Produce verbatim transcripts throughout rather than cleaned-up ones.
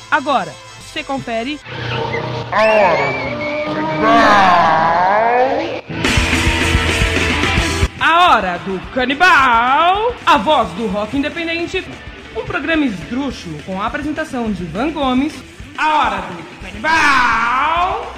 Agora, você confere... A Hora do Canibal! A Hora do Canibal! A voz do rock independente. Um programa esdrúxulo com a apresentação de Ivan Gomes. A Hora do Canibal!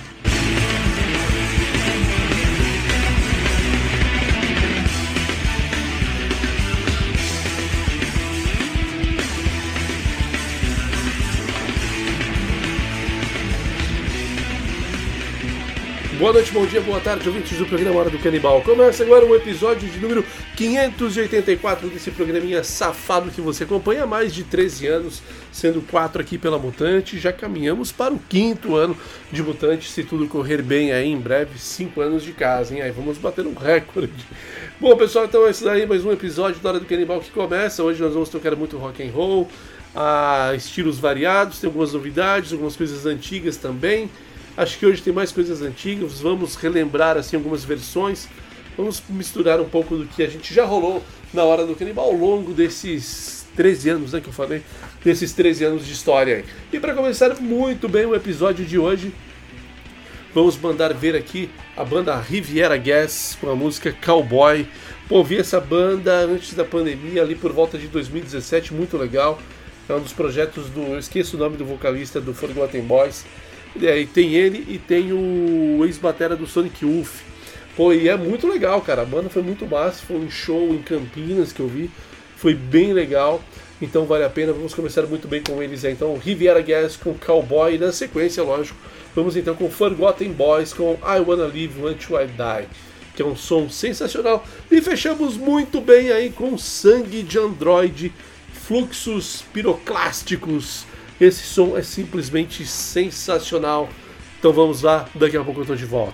Boa noite, bom dia, boa tarde, ouvintes do programa Hora do Canibal. Começa agora o episódio de número quinhentos e oitenta e quatro desse programinha safado que você acompanha há mais de treze anos, sendo quatro aqui pela Mutante. Já caminhamos para o quinto ano de Mutante, se tudo correr bem aí em breve, cinco anos de casa, hein? Aí vamos bater um recorde. Bom, pessoal, então é isso daí, mais um episódio da Hora do Canibal que começa. Hoje nós vamos tocar muito rock and roll, a estilos variados, tem algumas novidades, algumas coisas antigas também. Acho que hoje tem mais coisas antigas, vamos relembrar assim algumas versões, vamos misturar um pouco do que a gente já rolou na Hora do Canibal ao longo desses treze anos, né, que eu falei, desses treze anos de história aí. E para começar muito bem o episódio de hoje, vamos mandar ver aqui a banda Riviera Gas com a música Cowboy. Pô, vi essa banda antes da pandemia, ali por volta de dois mil e dezessete, muito legal, é um dos projetos do, eu esqueço o nome do vocalista do Forgotten Boys. E aí tem ele e tem o ex-batera do Sonic Youth. Pô, e é muito legal, cara. A banda foi muito massa. Foi um show em Campinas que eu vi. Foi bem legal. Então vale a pena. Vamos começar muito bem com eles aí. Então Riviera Gas com Cowboy. E na sequência, lógico, vamos então com Forgotten Boys com I Wanna Live Until I Die, que é um som sensacional. E fechamos muito bem aí com Sangue de Android, Fluxos Piroclásticos. Esse som é simplesmente sensacional. Então vamos lá, daqui a pouco eu tô de volta.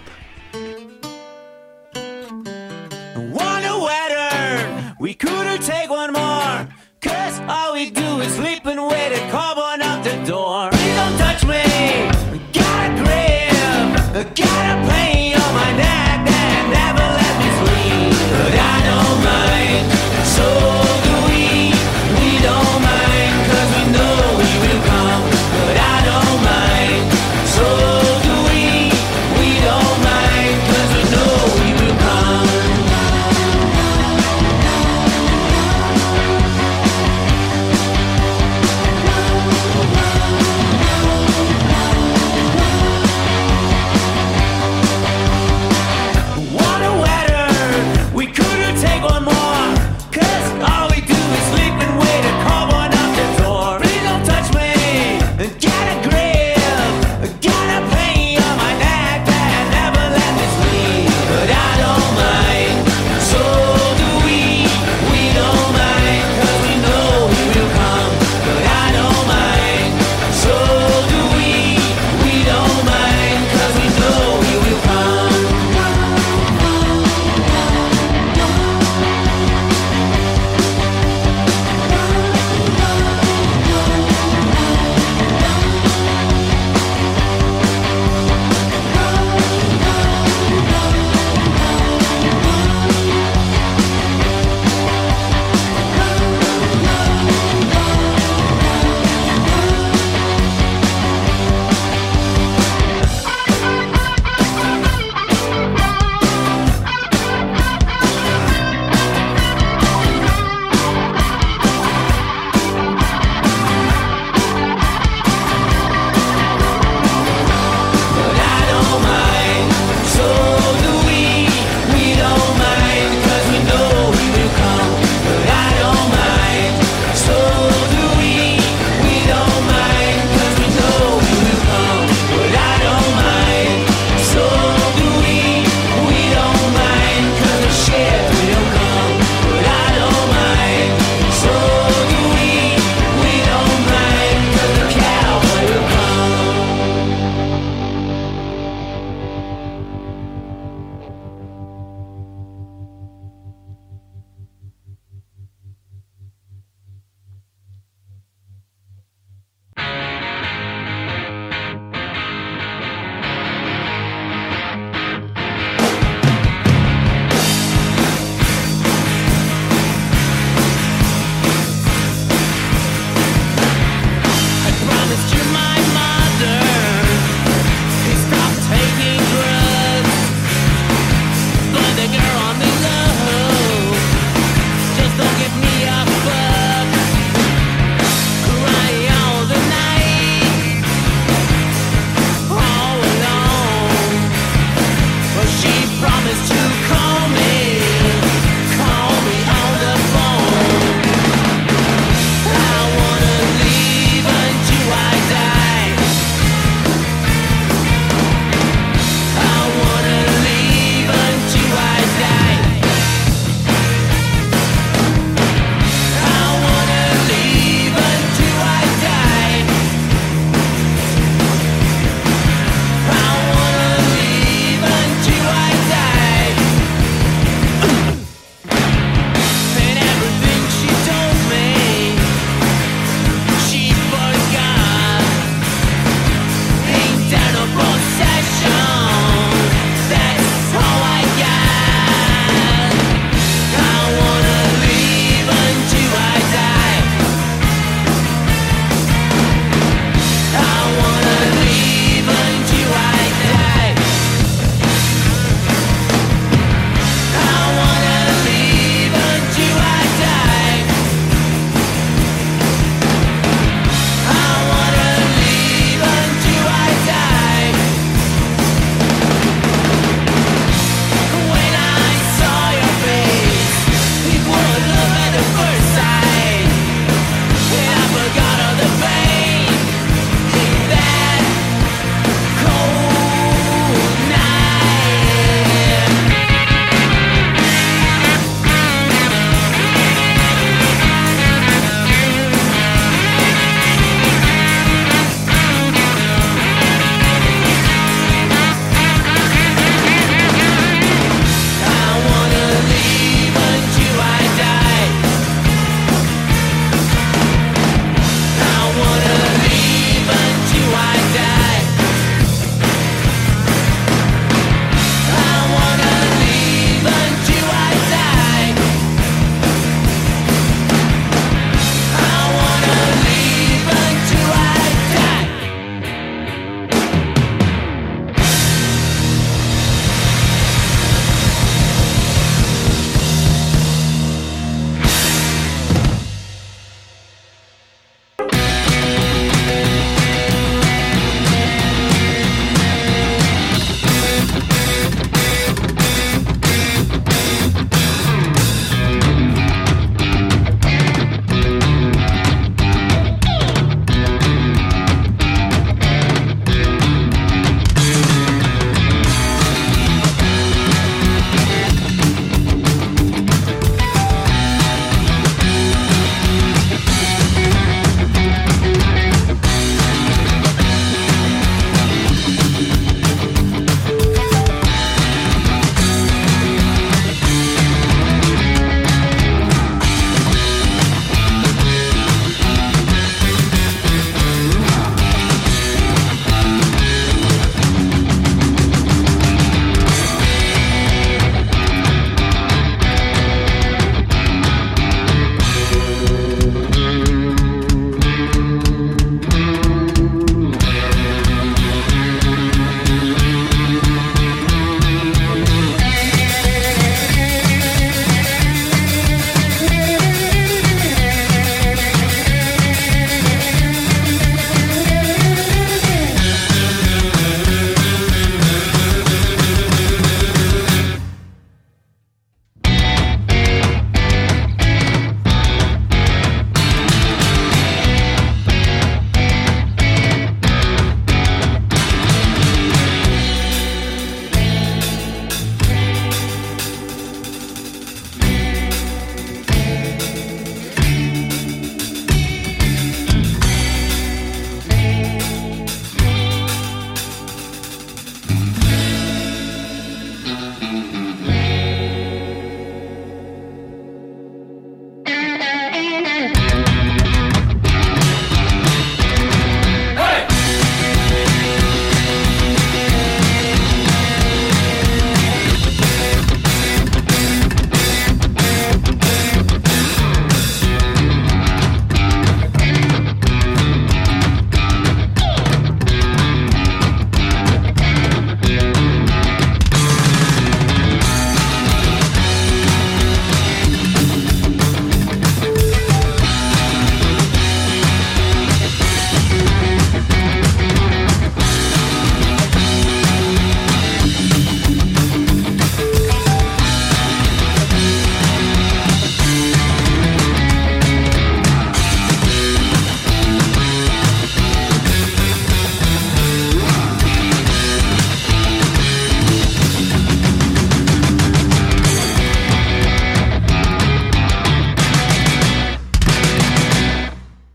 Wonder whether we couldn't take one more, 'cause all we do is sleep and wait and come on out the door. Please don't touch me, got a grip, got a pain on my neck that never let me sleep. But I don't mind, so do we, we don't mind, 'cause we know we will come. But I don't mind, so do we, we don't mind.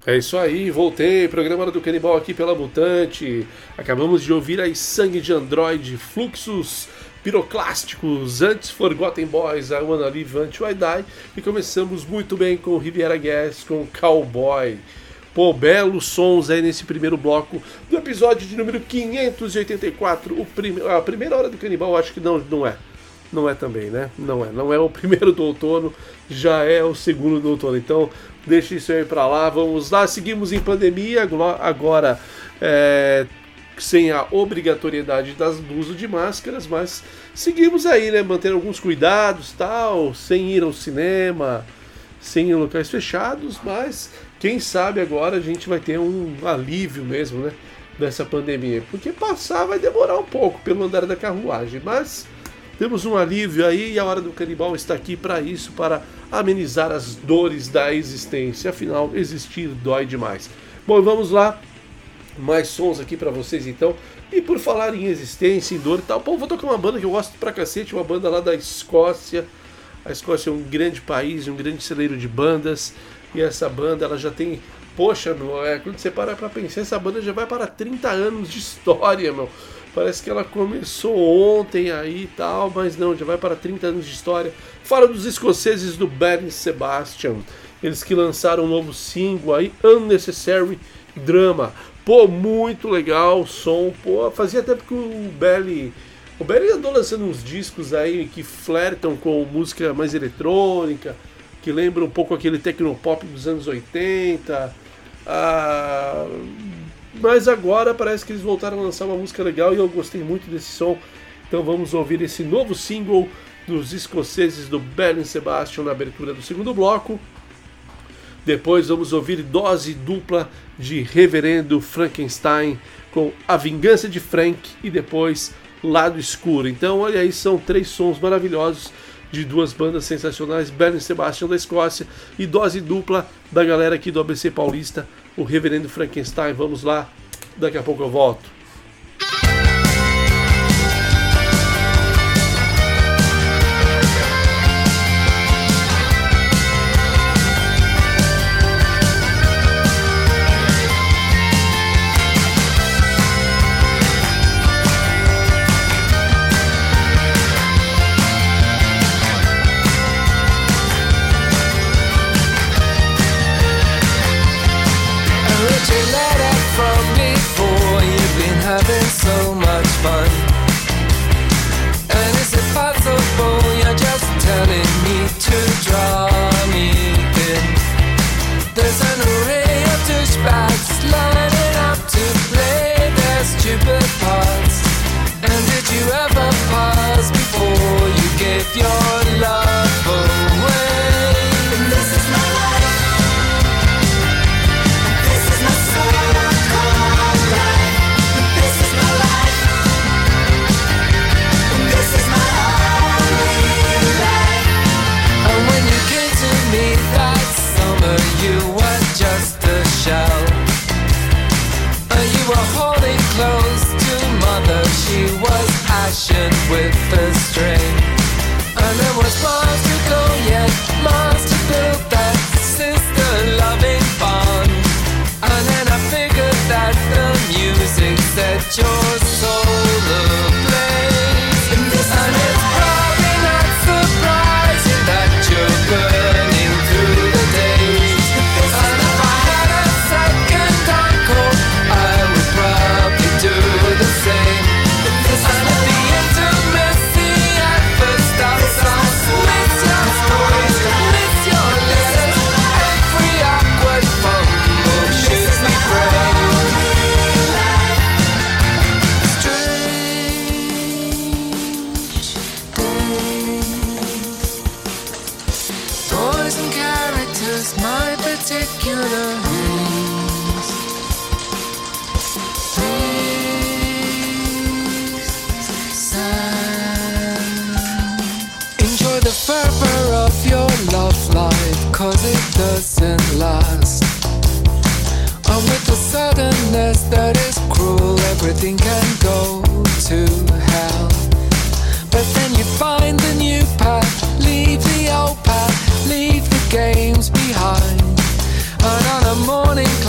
É isso aí, voltei, programa Hora do Canibal aqui pela Mutante. Acabamos de ouvir aí Sangue de Android, Fluxos Piroclásticos, antes Forgotten Boys, I Wanna Live Until I Die. E começamos muito bem com Riviera Gas, com Cowboy. Pô, belos sons aí nesse primeiro bloco do episódio de número quinhentos e oitenta e quatro. O prime... A primeira Hora do Canibal, acho que não, não é. Não é também, né? Não é. Não é o primeiro do outono, já é o segundo do outono. Então, deixa isso aí pra lá. Vamos lá, seguimos em pandemia. Agora, é, sem a obrigatoriedade das, do uso de máscaras, mas seguimos aí, né? Mantendo alguns cuidados, tal, sem ir ao cinema, sem ir em locais fechados, mas quem sabe agora a gente vai ter um alívio mesmo, né? Dessa pandemia. Porque passar vai demorar um pouco pelo andar da carruagem, mas temos um alívio aí e a Hora do Canibal está aqui para isso, para amenizar as dores da existência. Afinal, existir dói demais. Bom, vamos lá. Mais sons aqui para vocês então. E por falar em existência, em dor e tal, pô, vou tocar uma banda que eu gosto pra cacete, uma banda lá da Escócia. A Escócia é um grande país, um grande celeiro de bandas. E essa banda, ela já tem... Poxa, meu, é, quando você para pra pensar, essa banda já vai para trinta anos de história, meu. Parece que ela começou ontem aí e tal, mas não, já vai para trinta anos de história. Fala dos escoceses do Belle Sebastian. Eles que lançaram um novo single aí, Unnecessary Drama. Pô, muito legal o som. Pô, fazia tempo que o Belle... O Belle andou lançando uns discos aí que flertam com música mais eletrônica, que lembra um pouco aquele tecnopop dos anos oitenta. Ah... Mas agora parece que eles voltaram a lançar uma música legal e eu gostei muito desse som. Então vamos ouvir esse novo single dos escoceses do Belle Sebastian na abertura do segundo bloco. Depois vamos ouvir dose dupla de Reverendo Frankenstein com A Vingança de Frank e depois Lado Escuro. Então olha aí, são três sons maravilhosos de duas bandas sensacionais, Belle Sebastian da Escócia e dose dupla da galera aqui do A B C Paulista, o Reverendo Frankenstein. Vamos lá, daqui a pouco eu volto. Having so much fun. And is it possible you're just telling me to draw me in? There's an array of douchebags lining up to play their stupid parts. And did you ever pause before you gave your love away? And this is my life. This is my so-called life. You were just a shell. You were holding close to mother. She was ashen with the strain. And there was miles to go yet, miles to build that sister-loving bond. And then I figured that the music set your soul ablaze. And it's probably not surprising that you're burning through the days. Do the same. And if the intimacy at first stops, I'll miss your stories, miss your letters. Every awkward fumble shoots me brain. Strange days. Boys and characters, my particular the fervor of your love life, cause it doesn't last. And with the suddenness that is cruel, everything can go to hell. But then you find the new path, leave the old path, leave the games behind. And on a morning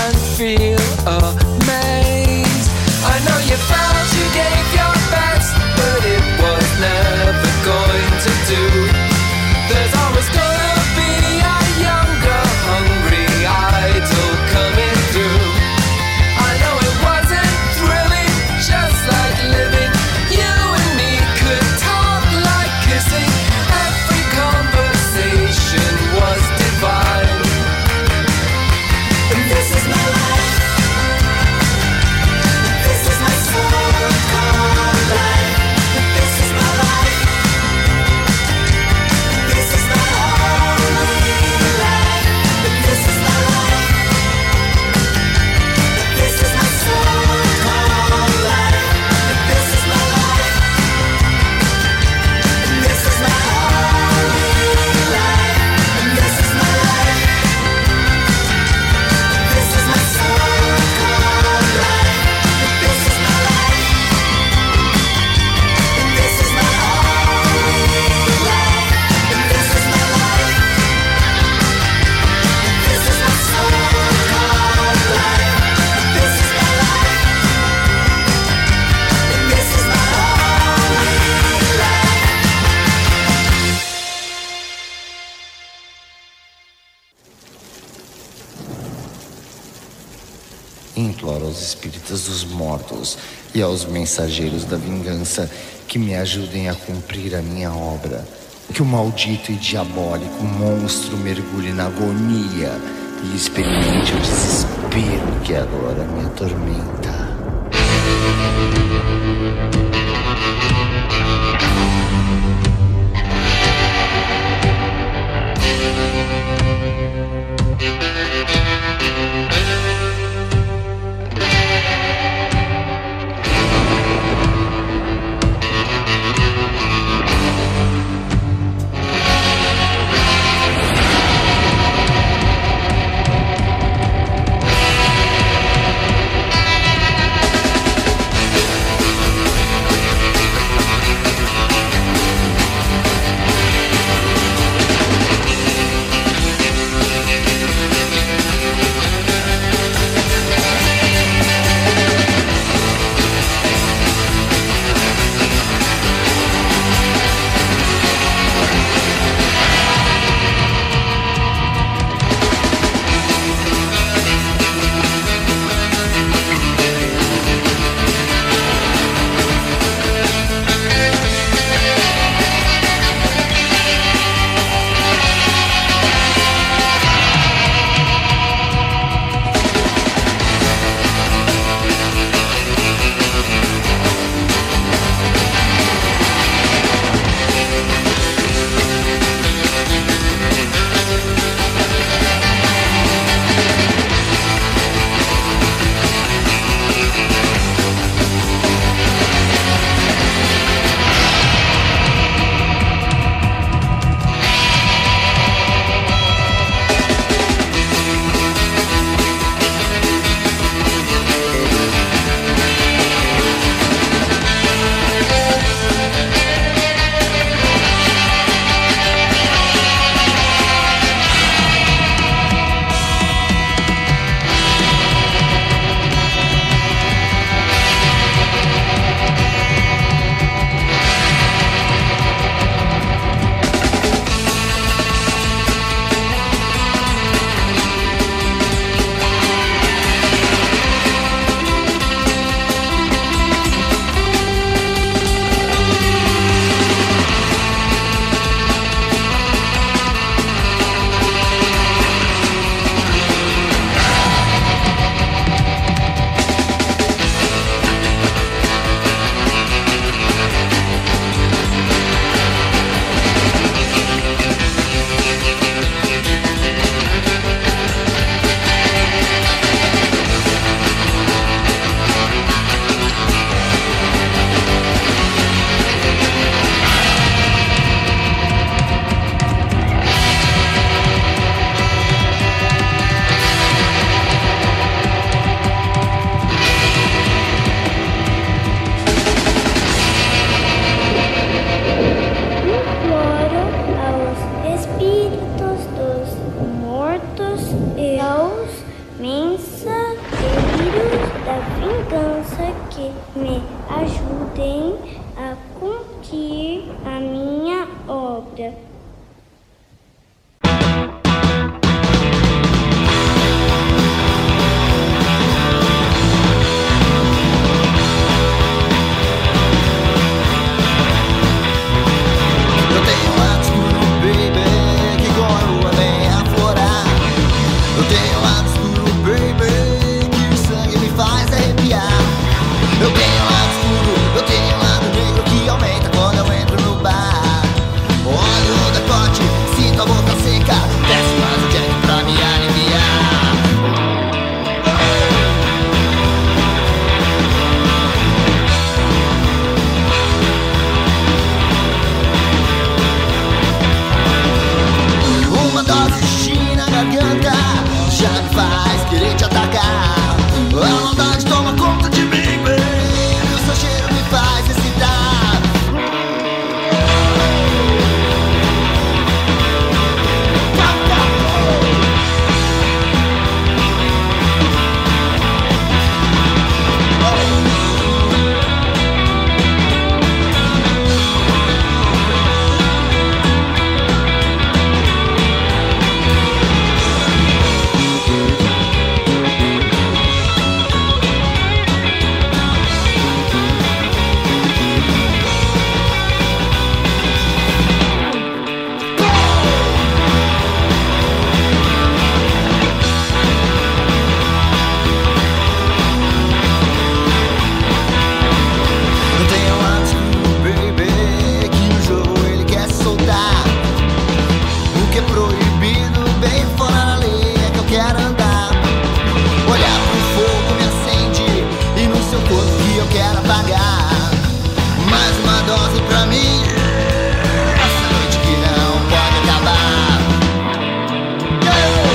and feel amazed. I know you felt you gave your best, but it was never going to do. There's always gonna be a younger, hungry idol coming through. I know it wasn't thrilling, just like living. You and me could talk like kissing. Every conversation was divine. And this is my life. This is my so-called life. This is my life. This is my only life. This is my life. This is my so-called life. This is my life. This is my only life. This is my life. This is my so-called life. This is my life. This is my only life. This is my life. This is my so-called life. This is my life. This is my only life. Imploro aos espíritos dos mortos e aos mensageiros da vingança que me ajudem a cumprir a minha obra. Que o maldito e diabólico monstro mergulhe na agonia e experimente o desespero que agora me atormenta. da vingança que me ajudem a cumprir a minha obra. Eu tenho um lado escuro, baby, que com a lua vem aflorar. Eu tenho um lado escuro, baby, que o sangue me faz arrepiar. Eu tenho um lado escuro, eu tenho um lado negro que aumenta quando eu entro no bar. Olho o decote, sinto a boca seca, desce mais o Jack pra me aliviar. Uma dose de xixi na garganta já me faz querer te atacar. A maldade toma conta de mim, baby. O seu cheiro me faz excitar. Eu tenho um lado escuro, baby, que no jogo ele quer se soltar. O que é proibido, bem fora da lei, é que eu quero andar. Olhar pro fogo me acende e no seu corpo que eu quero apagar. Mais uma dose pra mim, essa noite que não pode acabar. Yeah!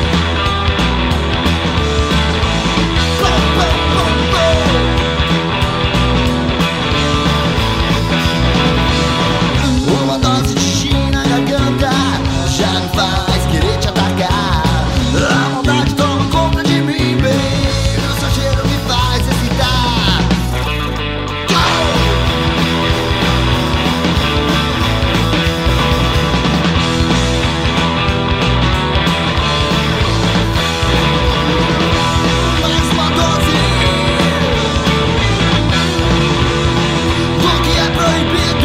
Pum, pum, pum, pum. Uma dose de xixi na garganta já me faz querer te atacar. A maldade toma conta de mim, baby. O seu cheiro me faz excitar. Mais uma dose do que é proibido.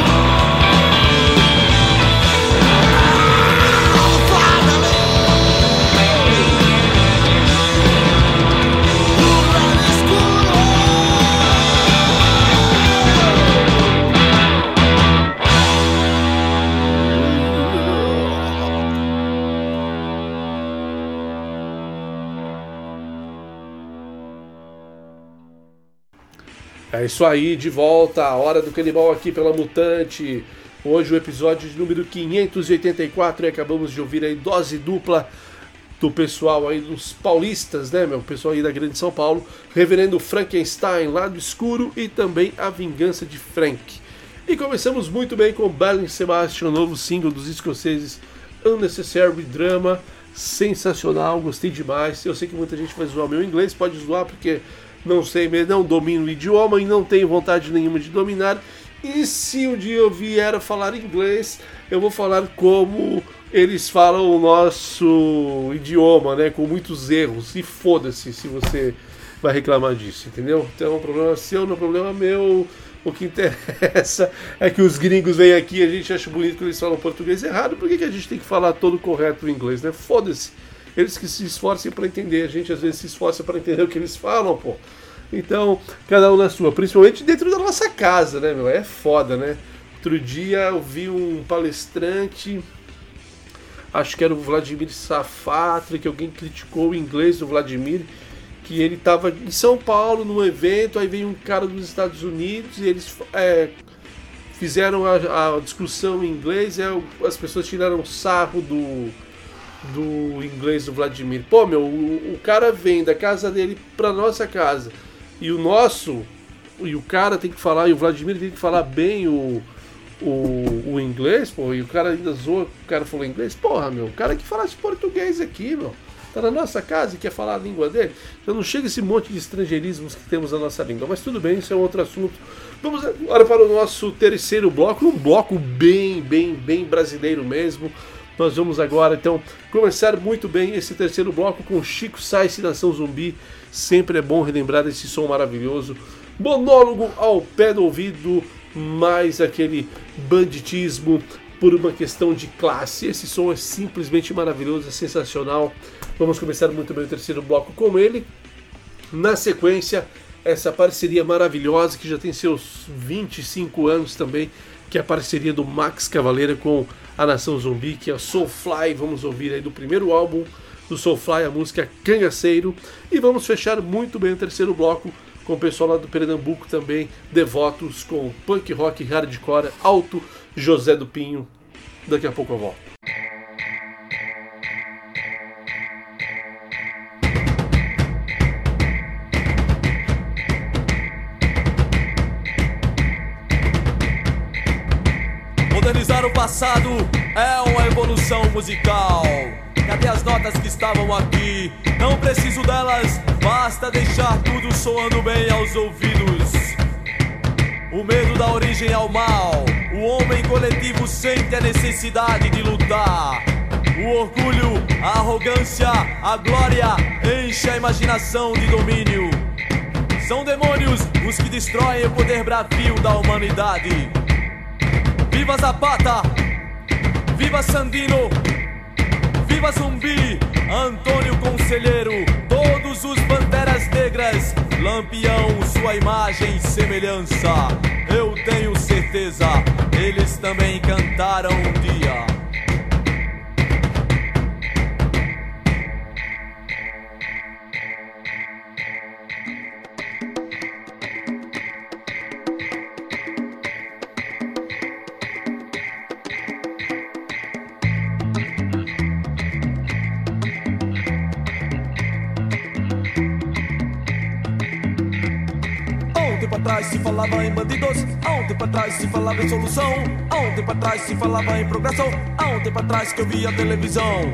É isso aí, de volta, a Hora do Canibal aqui pela Mutante. Hoje o episódio de número quinhentos e oitenta e quatro e acabamos de ouvir aí dose dupla do pessoal aí dos paulistas, né, meu? O pessoal aí da Grande São Paulo, Reverendo Frankenstein, Lado Escuro e também A Vingança de Frank. E começamos muito bem com Belle and Sebastian, o novo single dos escoceses Unnecessary Drama, sensacional, gostei demais. Eu sei que muita gente vai zoar o meu inglês, pode zoar porque não sei, não domino o idioma e não tenho vontade nenhuma de dominar. E se um dia eu vier a falar inglês, eu vou falar como eles falam o nosso idioma, né? Com muitos erros. E foda-se se você vai reclamar disso, entendeu? Então o problema é seu, não é problema meu. O que interessa é que os gringos vêm aqui e a gente acha bonito que eles falam português errado. Por que, que a gente tem que falar todo correto o inglês, né? Foda-se. Eles que se esforcem para entender. A gente às vezes se esforça para entender o que eles falam, pô. Então, cada um na sua. Principalmente dentro da nossa casa, né, meu? É foda, né? Outro dia eu vi um palestrante, acho que era o Vladimir Safatli, que alguém criticou o inglês do Vladimir, que ele estava em São Paulo num evento, aí veio um cara dos Estados Unidos e eles é, fizeram a, a discussão em inglês e as pessoas tiraram sarro do, do inglês do Vladimir. Pô, meu, o, o cara vem da casa dele pra nossa casa e o nosso, e o cara tem que falar, e o Vladimir tem que falar bem o, o, o inglês, pô, e o cara ainda zoa, o cara falou inglês. Porra, meu, o cara que falasse português aqui, meu. está na nossa casa e quer falar a língua dele. Então não chega esse monte de estrangeirismos que temos na nossa língua. Mas tudo bem, isso é um outro assunto. Vamos agora para o nosso terceiro bloco, um bloco bem, bem, bem brasileiro mesmo. Nós vamos agora, então, começar muito bem esse terceiro bloco com Chico Science e Nação Zumbi. Sempre é bom relembrar esse som maravilhoso. Monólogo ao pé do ouvido, mais aquele banditismo por uma questão de classe. Esse som é simplesmente maravilhoso, é sensacional. Vamos começar muito bem o terceiro bloco com ele. Na sequência, essa parceria maravilhosa que já tem seus vinte e cinco anos também, que é a parceria do Max Cavalera com a Nação Zumbi, que é a Soulfly. Vamos ouvir aí do primeiro álbum do Soulfly a música Cangaceiro. E vamos fechar muito bem o terceiro bloco com o pessoal lá do Pernambuco também, devotos com punk rock hardcore alto, José do Pinho. Daqui a pouco eu volto. Modernizar o passado é uma evolução musical. Cadê as notas que estavam aqui? Não preciso delas, basta deixar tudo soando bem aos ouvidos. O medo dá origem ao mal. O homem coletivo sente a necessidade de lutar. O orgulho, a arrogância, a glória enche a imaginação de domínio. São demônios os que destroem o poder bravio da humanidade. Viva Zapata, viva Sandino, viva Zumbi, Antônio Conselheiro, todos os Panteras Negras, Lampião, sua imagem e semelhança. Eu tenho certeza, eles também cantaram um dia. Se falava em bandidos, há um tempo atrás se falava em solução. Há um tempo atrás se falava em progressão. Há um tempo atrás que eu via televisão.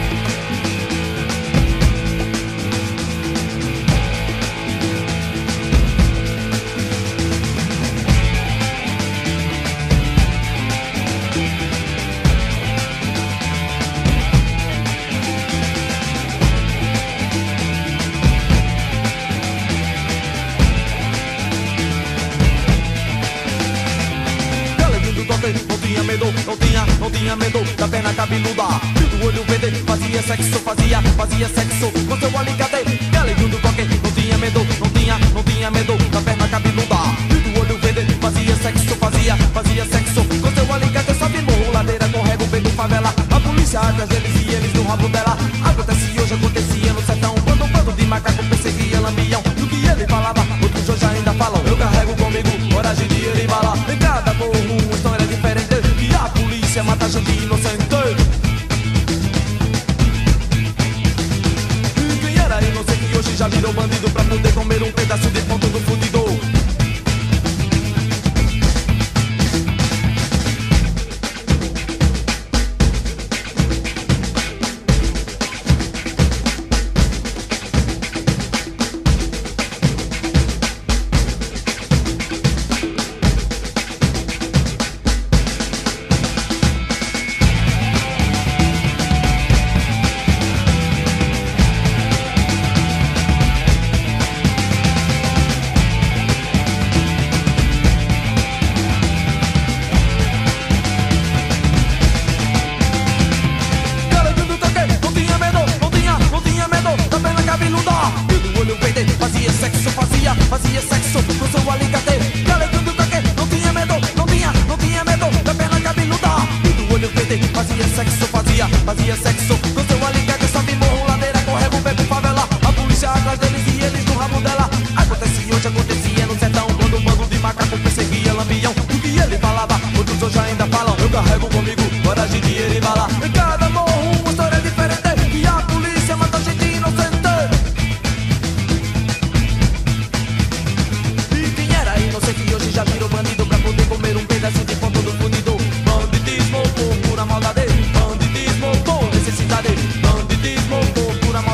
Não tinha, não tinha medo da perna cabeluda. Fio do olho verde, fazia sexo, fazia, fazia sexo com seu alicate. Galinho do toque, não tinha medo, não tinha, não tinha medo da perna cabeluda. Fio do olho verde, fazia sexo, fazia, fazia sexo com seu alicate. Sobe morro, ladeira com rego, vendo favela. A polícia atrás deles e eles no rabo dela. Acontece hoje, acontecia no sertão, quando um bando de macaco perseguia Lampião. E o que ele falava, outros hoje ainda falam. Eu carrego comigo coragem de ele bala. Em cada morro, uma história diferente. A polícia mata gente inocente. E quem era inocente hoje já virou bandido pra poder comer um pedaço de ponto do fundidor. Banditismo por pura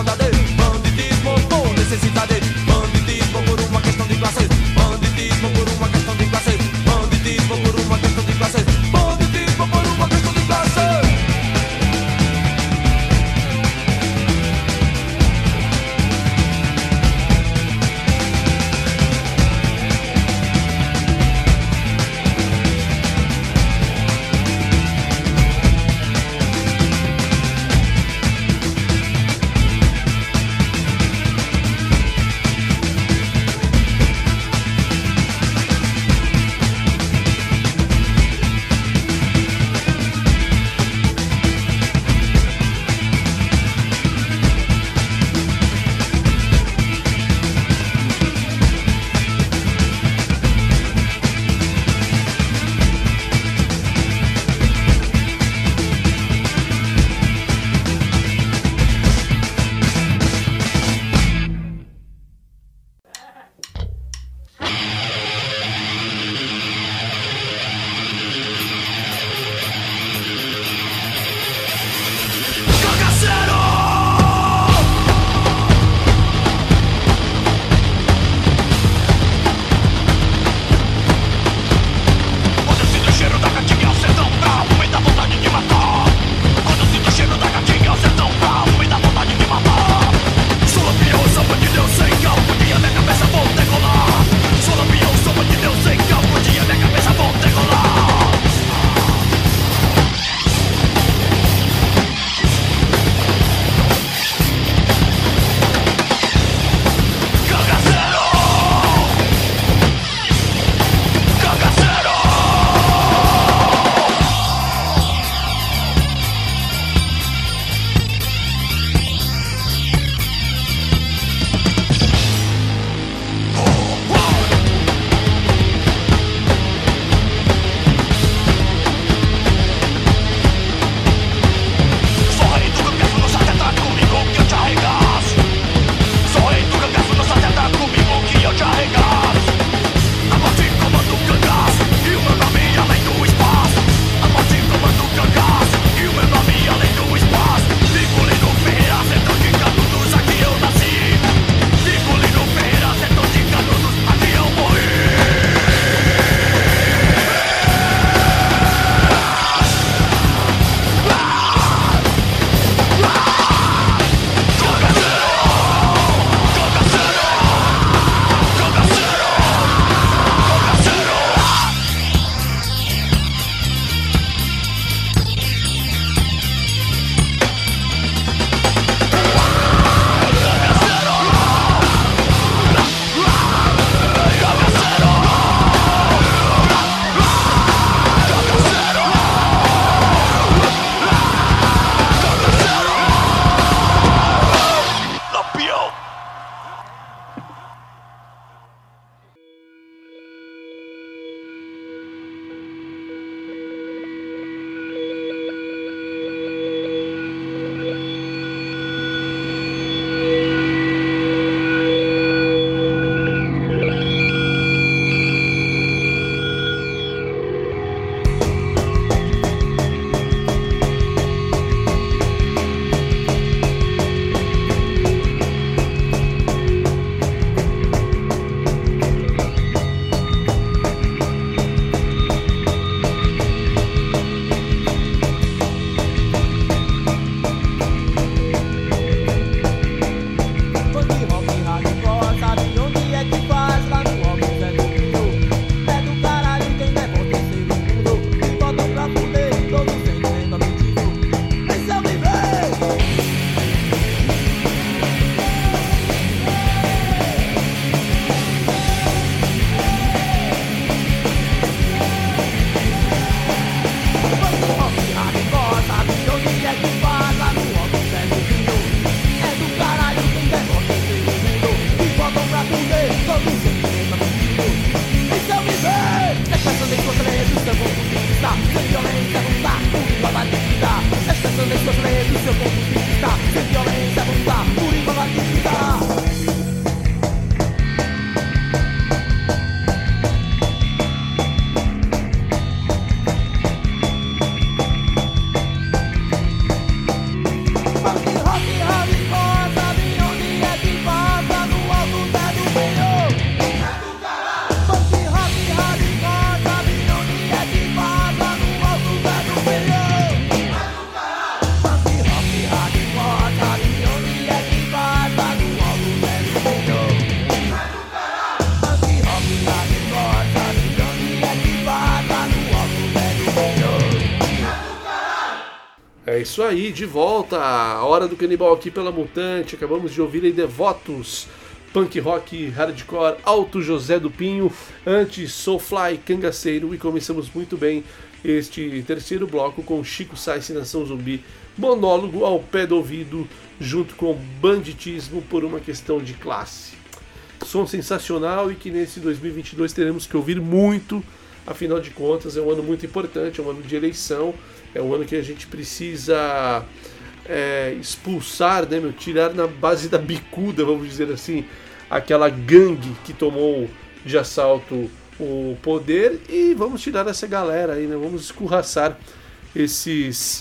É isso aí, de volta, a Hora do Canibal aqui pela Mutante. Acabamos de ouvir aí Devotos, punk rock, hardcore, Alto José do Pinho, antes Soulfly, Cangaceiro, e começamos muito bem este terceiro bloco com Chico Sainz e Nação Zumbi, monólogo ao pé do ouvido, junto com Banditismo por uma questão de classe. Som sensacional e que nesse dois mil e vinte e dois teremos que ouvir muito, afinal de contas é um ano muito importante, é um ano de eleição, é um ano que a gente precisa é, expulsar, né, meu, tirar na base da bicuda, vamos dizer assim, aquela gangue que tomou de assalto o poder, e vamos tirar essa galera aí, né, vamos escorraçar esses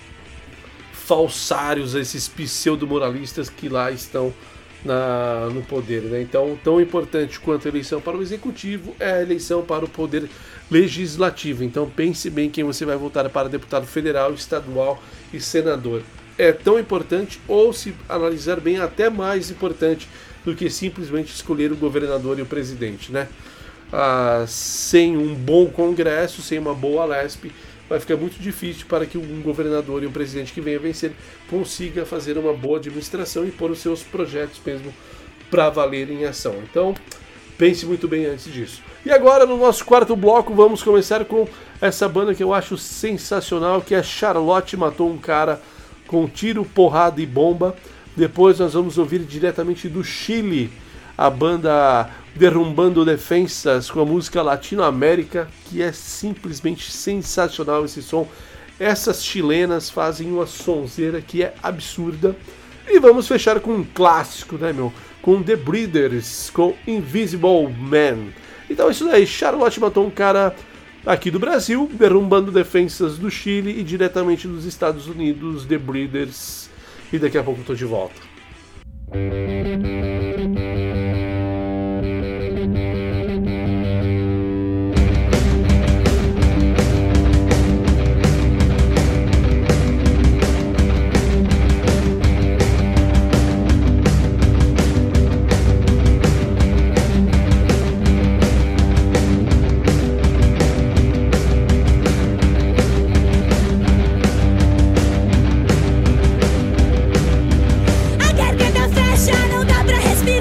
falsários, esses pseudo-moralistas que lá estão na, no poder, né? Então, tão importante quanto a eleição para o executivo é a eleição para o poder legislativo. Então pense bem quem você vai votar para deputado federal, estadual e senador. É tão importante, ou se analisar bem, até mais importante do que simplesmente escolher o governador e o presidente, né? Ah, sem um bom congresso, sem uma boa Lespe, vai ficar muito difícil para que um governador e um presidente que venha vencer consiga fazer uma boa administração e pôr os seus projetos mesmo para valer em ação. Então, pense muito bem antes disso. E agora, no nosso quarto bloco, vamos começar com essa banda que eu acho sensacional, que é Charlotte Matou um Cara com Tiro, Porrada e Bomba. Depois nós vamos ouvir diretamente do Chile a banda Derrumbando Defensas com a música Latinoamérica, que é simplesmente sensacional esse som. Essas chilenas fazem uma sonzeira que é absurda. E vamos fechar com um clássico, né, meu? Com The Breeders, com Invisible Man. Então é isso daí, Charlotte Matou um Cara aqui do Brasil, Derrumbando Defensas do Chile e diretamente dos Estados Unidos, The Breeders. E daqui a pouco eu tô de volta. A garganta fecha, não dá pra respirar.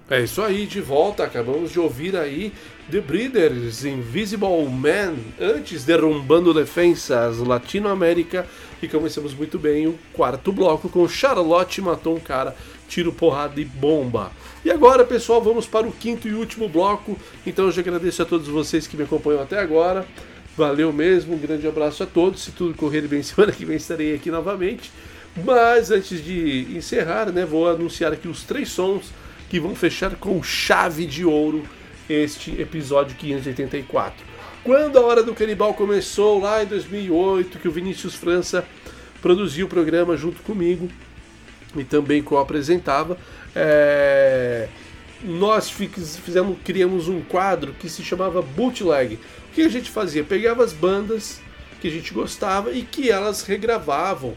É isso aí, de volta, acabamos de ouvir aí The Breeders, Invisible Man, antes derrumbando defensas Latinoamérica, e começamos muito bem o quarto bloco com Charlotte Matou um Cara, Tiro, Porrada e Bomba. E agora, pessoal, vamos para o quinto e último bloco, então eu já agradeço a todos vocês que me acompanham até agora, valeu mesmo, um grande abraço a todos, se tudo correr bem, semana que vem estarei aqui novamente, mas antes de encerrar, né, vou anunciar aqui os três sons que vão fechar com chave de ouro este episódio quinhentos e oitenta e quatro. Quando a Hora do Canibal começou, lá em dois mil e oito, que o Vinícius França produziu o programa junto comigo e também co-apresentava, é... nós fizemos, criamos um quadro que se chamava Bootleg. O que a gente fazia? Pegava as bandas que a gente gostava e que elas regravavam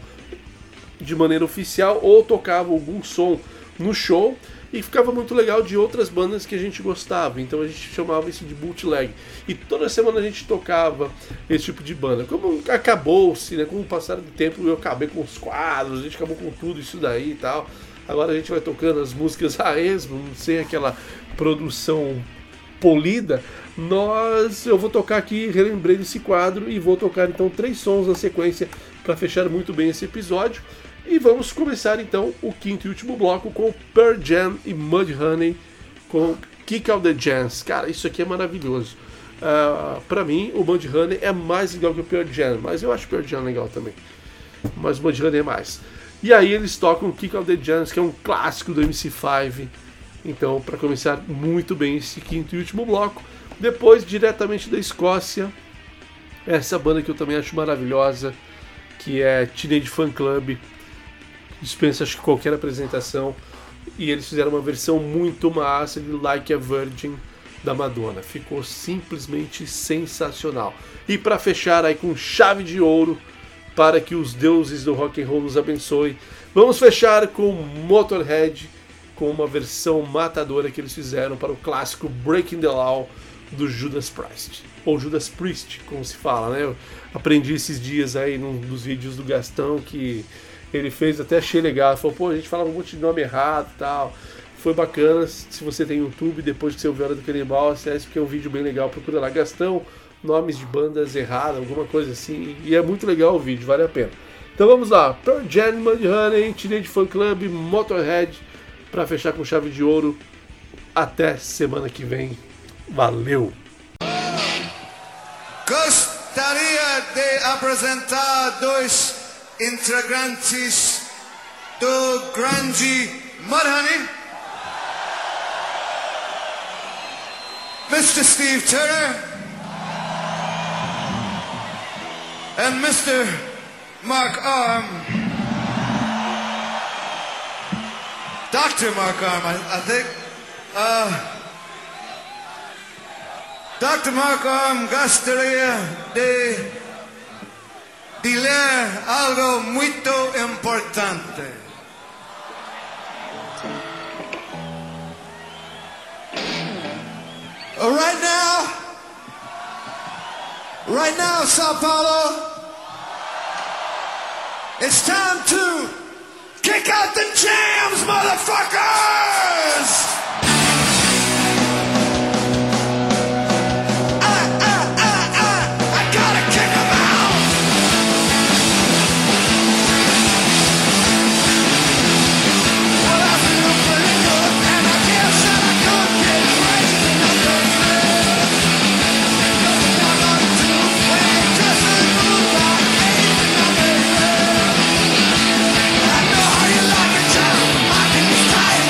de maneira oficial ou tocavam algum som no show, e ficava muito legal de outras bandas que a gente gostava, então a gente chamava isso de bootleg, e toda semana a gente tocava esse tipo de banda. Como acabou-se, né, com o passar do tempo eu acabei com os quadros, a gente acabou com tudo isso daí e tal, agora a gente vai tocando as músicas a esmo, sem aquela produção polida, nós, eu vou tocar aqui, relembrei desse quadro, e vou tocar então três sons na sequência para fechar muito bem esse episódio. E vamos começar então o quinto e último bloco com Pearl Jam e Mudhoney com Kick Out the Jams. Cara, isso aqui é maravilhoso. Uh, pra mim, o Mudhoney é mais legal que o Pearl Jam, mas eu acho o Pearl Jam legal também. Mas o Mudhoney é mais. E aí eles tocam Kick Out the Jams, que é um clássico do M C cinco. Então, para começar muito bem esse quinto e último bloco. Depois, diretamente da Escócia, essa banda que eu também acho maravilhosa, que é Teenage Fan Club. Dispensa acho que qualquer apresentação, e eles fizeram uma versão muito massa de Like a Virgin da Madonna, ficou simplesmente sensacional. E para fechar aí com chave de ouro, para que os deuses do rock and roll nos abençoem, vamos fechar com Motorhead, com uma versão matadora que eles fizeram para o clássico Breaking the Law do Judas Priest, ou Judas Priest, como se fala, né? Eu aprendi esses dias aí num dos vídeos do Gastão que ele fez, até achei legal, falou, pô, a gente falava um monte de nome errado e tal, foi bacana. Se você tem YouTube, depois que você ouviu a Hora do Canibal, acesse, porque é um vídeo bem legal, procura lá, Gastão, nomes de bandas erradas, alguma coisa assim, e é muito legal o vídeo, vale a pena. Então vamos lá, Pearl Jam, Mudhoney, Teenage Fan Club, Motorhead, para fechar com chave de ouro. Até semana que vem, valeu! Gostaria de apresentar dois integrantes do grande Mudhoney, mister Steve Turner and mister Mark Arm. Doctor Mark Arm, I, I think. Uh, Doctor Mark Arm gostaria de de ler algo muito importante. Right now, right now, Sao Paulo, it's time to kick out the jams, motherfuckers! Tired.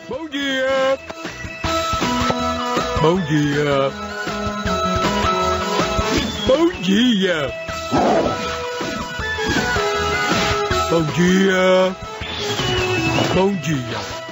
Bom dia! Bom dia! Bom dia! Bom dia! Bom dia!